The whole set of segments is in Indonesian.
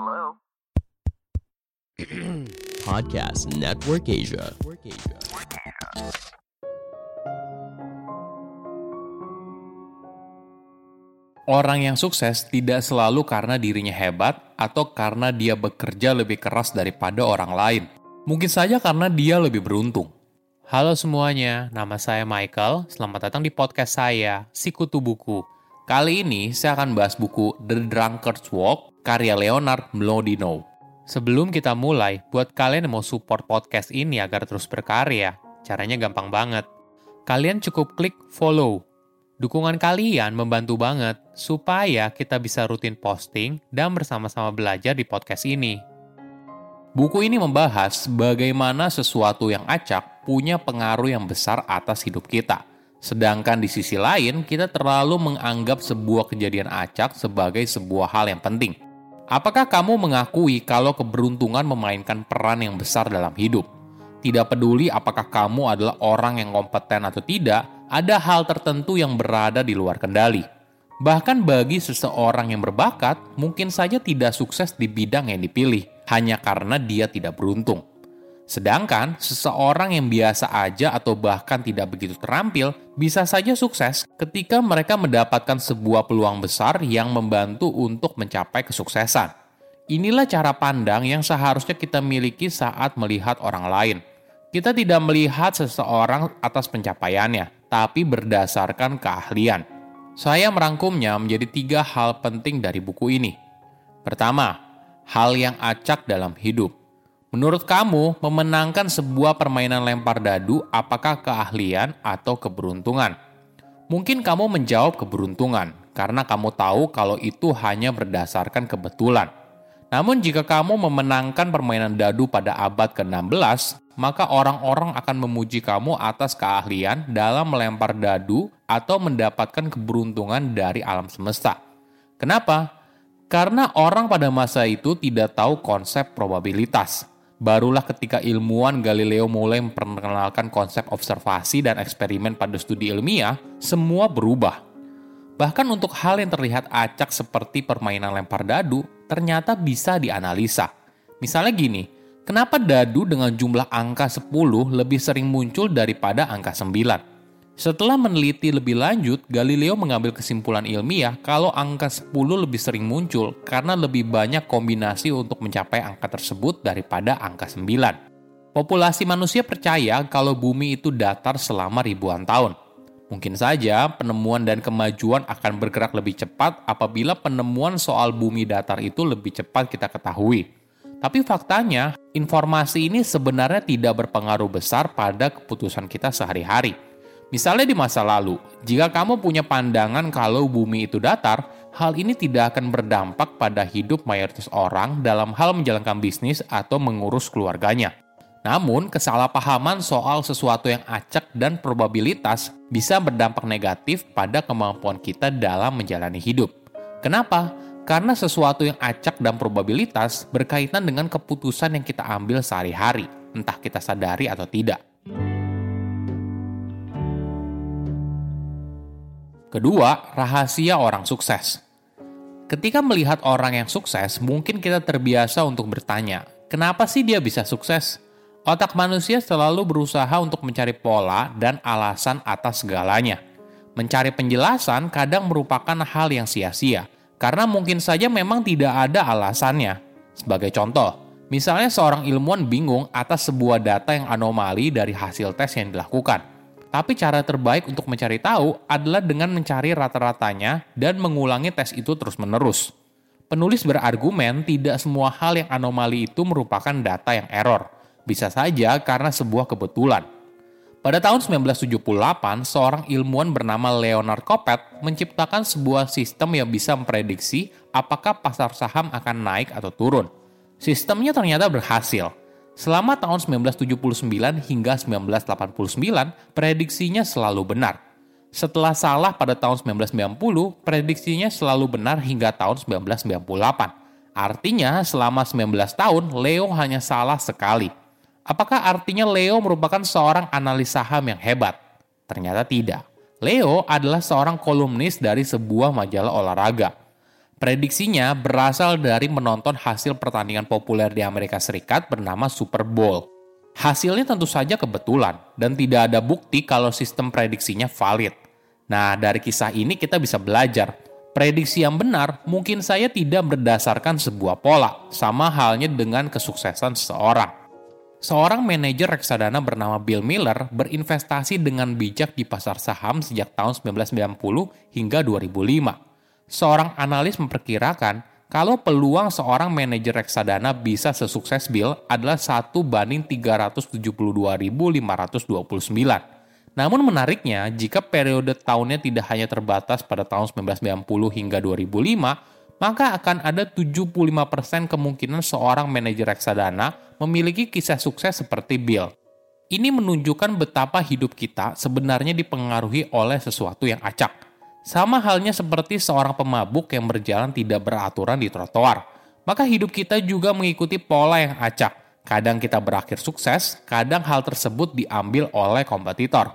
Podcast Network Asia. Orang yang sukses tidak selalu karena dirinya hebat atau karena dia bekerja lebih keras daripada orang lain. Mungkin saja karena dia lebih beruntung. Halo semuanya, nama saya Michael. Selamat datang di podcast saya, Sikutu Buku. Kali ini saya akan bahas buku The Drunkard's Walk, karya Leonard Mlodinow. Sebelum kita mulai, buat kalian yang mau support podcast ini agar terus berkarya, caranya gampang banget. Kalian cukup klik follow. Dukungan kalian membantu banget supaya kita bisa rutin posting dan bersama-sama belajar di podcast ini. Buku ini membahas bagaimana sesuatu yang acak punya pengaruh yang besar atas hidup kita. Sedangkan di sisi lain, kita terlalu menganggap sebuah kejadian acak sebagai sebuah hal yang penting. Apakah kamu mengakui kalau keberuntungan memainkan peran yang besar dalam hidup? Tidak peduli apakah kamu adalah orang yang kompeten atau tidak, ada hal tertentu yang berada di luar kendali. Bahkan bagi seseorang yang berbakat, mungkin saja tidak sukses di bidang yang dipilih, hanya karena dia tidak beruntung. Sedangkan, seseorang yang biasa aja atau bahkan tidak begitu terampil, bisa saja sukses ketika mereka mendapatkan sebuah peluang besar yang membantu untuk mencapai kesuksesan. Inilah cara pandang yang seharusnya kita miliki saat melihat orang lain. Kita tidak melihat seseorang atas pencapaiannya, tapi berdasarkan keahlian. Saya merangkumnya menjadi 3 hal penting dari buku ini. Pertama, hal yang acak dalam hidup. Menurut kamu, memenangkan sebuah permainan lempar dadu apakah keahlian atau keberuntungan? Mungkin kamu menjawab keberuntungan, karena kamu tahu kalau itu hanya berdasarkan kebetulan. Namun jika kamu memenangkan permainan dadu pada abad ke-16, maka orang-orang akan memuji kamu atas keahlian dalam melempar dadu atau mendapatkan keberuntungan dari alam semesta. Kenapa? Karena orang pada masa itu tidak tahu konsep probabilitas. Barulah ketika ilmuwan Galileo mulai memperkenalkan konsep observasi dan eksperimen pada studi ilmiah, semua berubah. Bahkan untuk hal yang terlihat acak seperti permainan lempar dadu, ternyata bisa dianalisa. Misalnya gini, kenapa dadu dengan jumlah angka 10 lebih sering muncul daripada angka 9? Setelah meneliti lebih lanjut, Galileo mengambil kesimpulan ilmiah kalau angka 10 lebih sering muncul karena lebih banyak kombinasi untuk mencapai angka tersebut daripada angka 9. Populasi manusia percaya kalau bumi itu datar selama ribuan tahun. Mungkin saja penemuan dan kemajuan akan bergerak lebih cepat apabila penemuan soal bumi datar itu lebih cepat kita ketahui. Tapi faktanya, informasi ini sebenarnya tidak berpengaruh besar pada keputusan kita sehari-hari. Misalnya di masa lalu, jika kamu punya pandangan kalau bumi itu datar, hal ini tidak akan berdampak pada hidup mayoritas orang dalam hal menjalankan bisnis atau mengurus keluarganya. Namun, kesalahpahaman soal sesuatu yang acak dan probabilitas bisa berdampak negatif pada kemampuan kita dalam menjalani hidup. Kenapa? Karena sesuatu yang acak dan probabilitas berkaitan dengan keputusan yang kita ambil sehari-hari, entah kita sadari atau tidak. Kedua, rahasia orang sukses. Ketika melihat orang yang sukses, mungkin kita terbiasa untuk bertanya, kenapa sih dia bisa sukses? Otak manusia selalu berusaha untuk mencari pola dan alasan atas segalanya. Mencari penjelasan kadang merupakan hal yang sia-sia, karena mungkin saja memang tidak ada alasannya. Sebagai contoh, misalnya seorang ilmuwan bingung atas sebuah data yang anomali dari hasil tes yang dilakukan. Tapi cara terbaik untuk mencari tahu adalah dengan mencari rata-ratanya dan mengulangi tes itu terus-menerus. Penulis berargumen tidak semua hal yang anomali itu merupakan data yang error. Bisa saja karena sebuah kebetulan. Pada tahun 1978, seorang ilmuwan bernama Leonard Coppet menciptakan sebuah sistem yang bisa memprediksi apakah pasar saham akan naik atau turun. Sistemnya ternyata berhasil. Selama tahun 1979 hingga 1989, prediksinya selalu benar. Setelah salah pada tahun 1990, prediksinya selalu benar hingga tahun 1998. Artinya, selama 19 tahun, Leo hanya salah sekali. Apakah artinya Leo merupakan seorang analis saham yang hebat? Ternyata tidak. Leo adalah seorang kolumnis dari sebuah majalah olahraga. Prediksinya berasal dari menonton hasil pertandingan populer di Amerika Serikat bernama Super Bowl. Hasilnya tentu saja kebetulan, dan tidak ada bukti kalau sistem prediksinya valid. Nah, dari kisah ini kita bisa belajar. Prediksi yang benar mungkin saja tidak berdasarkan sebuah pola, sama halnya dengan kesuksesan seseorang. Seorang manajer reksadana bernama Bill Miller berinvestasi dengan bijak di pasar saham sejak tahun 1990 hingga 2005. Seorang analis memperkirakan kalau peluang seorang manajer reksadana bisa sesukses Bill adalah 1:372.529. Namun menariknya, jika periode tahunnya tidak hanya terbatas pada tahun 1990 hingga 2005, maka akan ada 75% kemungkinan seorang manajer reksadana memiliki kisah sukses seperti Bill. Ini menunjukkan betapa hidup kita sebenarnya dipengaruhi oleh sesuatu yang acak. Sama halnya seperti seorang pemabuk yang berjalan tidak beraturan di trotoar. Maka hidup kita juga mengikuti pola yang acak. Kadang kita berakhir sukses, kadang hal tersebut diambil oleh kompetitor.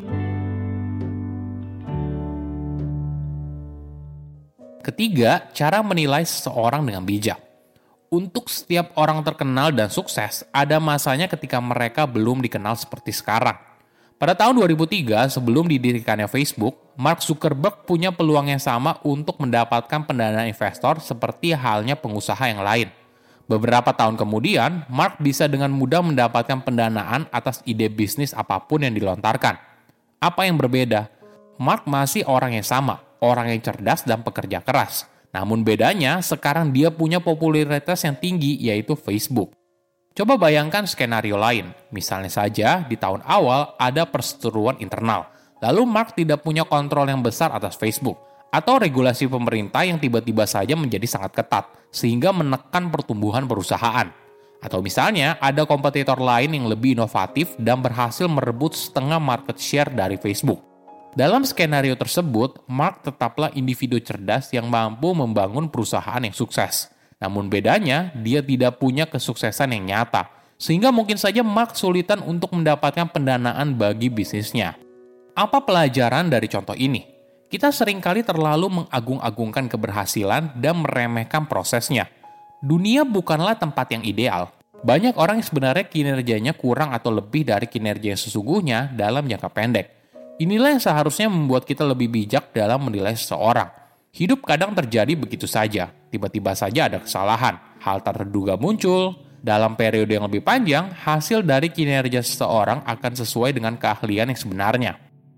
Ketiga, cara menilai seseorang dengan bijak. Untuk setiap orang terkenal dan sukses, ada masanya ketika mereka belum dikenal seperti sekarang. Pada tahun 2003, sebelum didirikannya Facebook, Mark Zuckerberg punya peluang yang sama untuk mendapatkan pendanaan investor seperti halnya pengusaha yang lain. Beberapa tahun kemudian, Mark bisa dengan mudah mendapatkan pendanaan atas ide bisnis apapun yang dilontarkan. Apa yang berbeda? Mark masih orang yang sama, orang yang cerdas dan pekerja keras. Namun bedanya, sekarang dia punya popularitas yang tinggi, yaitu Facebook. Coba bayangkan skenario lain. Misalnya saja, di tahun awal ada perseteruan internal. Lalu Mark tidak punya kontrol yang besar atas Facebook. Atau regulasi pemerintah yang tiba-tiba saja menjadi sangat ketat, sehingga menekan pertumbuhan perusahaan. Atau misalnya, ada kompetitor lain yang lebih inovatif dan berhasil merebut setengah market share dari Facebook. Dalam skenario tersebut, Mark tetaplah individu cerdas yang mampu membangun perusahaan yang sukses. Namun bedanya, dia tidak punya kesuksesan yang nyata, sehingga mungkin saja Mark kesulitan untuk mendapatkan pendanaan bagi bisnisnya. Apa pelajaran dari contoh ini? Kita seringkali terlalu mengagung-agungkan keberhasilan dan meremehkan prosesnya. Dunia bukanlah tempat yang ideal. Banyak orang yang sebenarnya kinerjanya kurang atau lebih dari kinerja yang sesungguhnya dalam jangka pendek. Inilah yang seharusnya membuat kita lebih bijak dalam menilai seseorang. Hidup kadang terjadi begitu saja, tiba-tiba saja ada kesalahan, hal tak terduga muncul. Dalam periode yang lebih panjang, hasil dari kinerja seseorang akan sesuai dengan keahlian yang sebenarnya.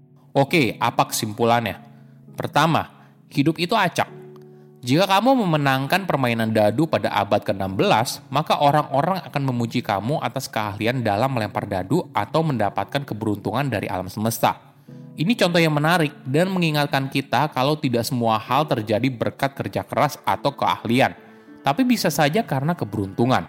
Oke, apa kesimpulannya? Pertama, hidup itu acak. Jika kamu memenangkan permainan dadu pada abad ke-16, maka orang-orang akan memuji kamu atas keahlian dalam melempar dadu atau mendapatkan keberuntungan dari alam semesta. Ini contoh yang menarik dan mengingatkan kita kalau tidak semua hal terjadi berkat kerja keras atau keahlian, tapi bisa saja karena keberuntungan.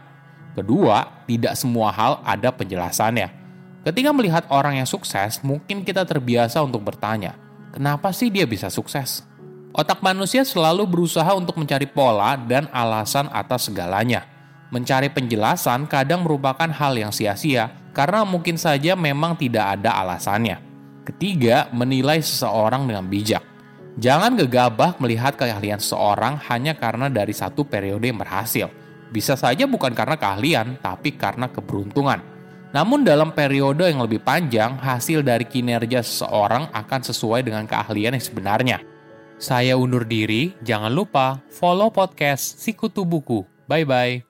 Kedua, tidak semua hal ada penjelasannya. Ketika melihat orang yang sukses, mungkin kita terbiasa untuk bertanya, kenapa sih dia bisa sukses? Otak manusia selalu berusaha untuk mencari pola dan alasan atas segalanya. Mencari penjelasan kadang merupakan hal yang sia-sia karena mungkin saja memang tidak ada alasannya. Ketiga, menilai seseorang dengan bijak. Jangan gegabah melihat keahlian seseorang hanya karena dari satu periode yang berhasil. Bisa saja bukan karena keahlian, tapi karena keberuntungan. Namun dalam periode yang lebih panjang, hasil dari kinerja seseorang akan sesuai dengan keahlian yang sebenarnya. Saya undur diri, jangan lupa follow podcast Sikutu Buku. Bye-bye.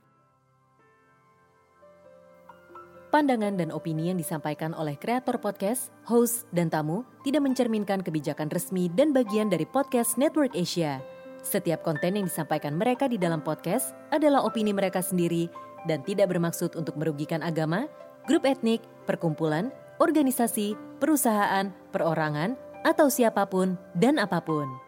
Pandangan dan opini yang disampaikan oleh kreator podcast, host, dan tamu tidak mencerminkan kebijakan resmi dan bagian dari podcast Network Asia. Setiap konten yang disampaikan mereka di dalam podcast adalah opini mereka sendiri dan tidak bermaksud untuk merugikan agama, grup etnik, perkumpulan, organisasi, perusahaan, perorangan, atau siapapun dan apapun.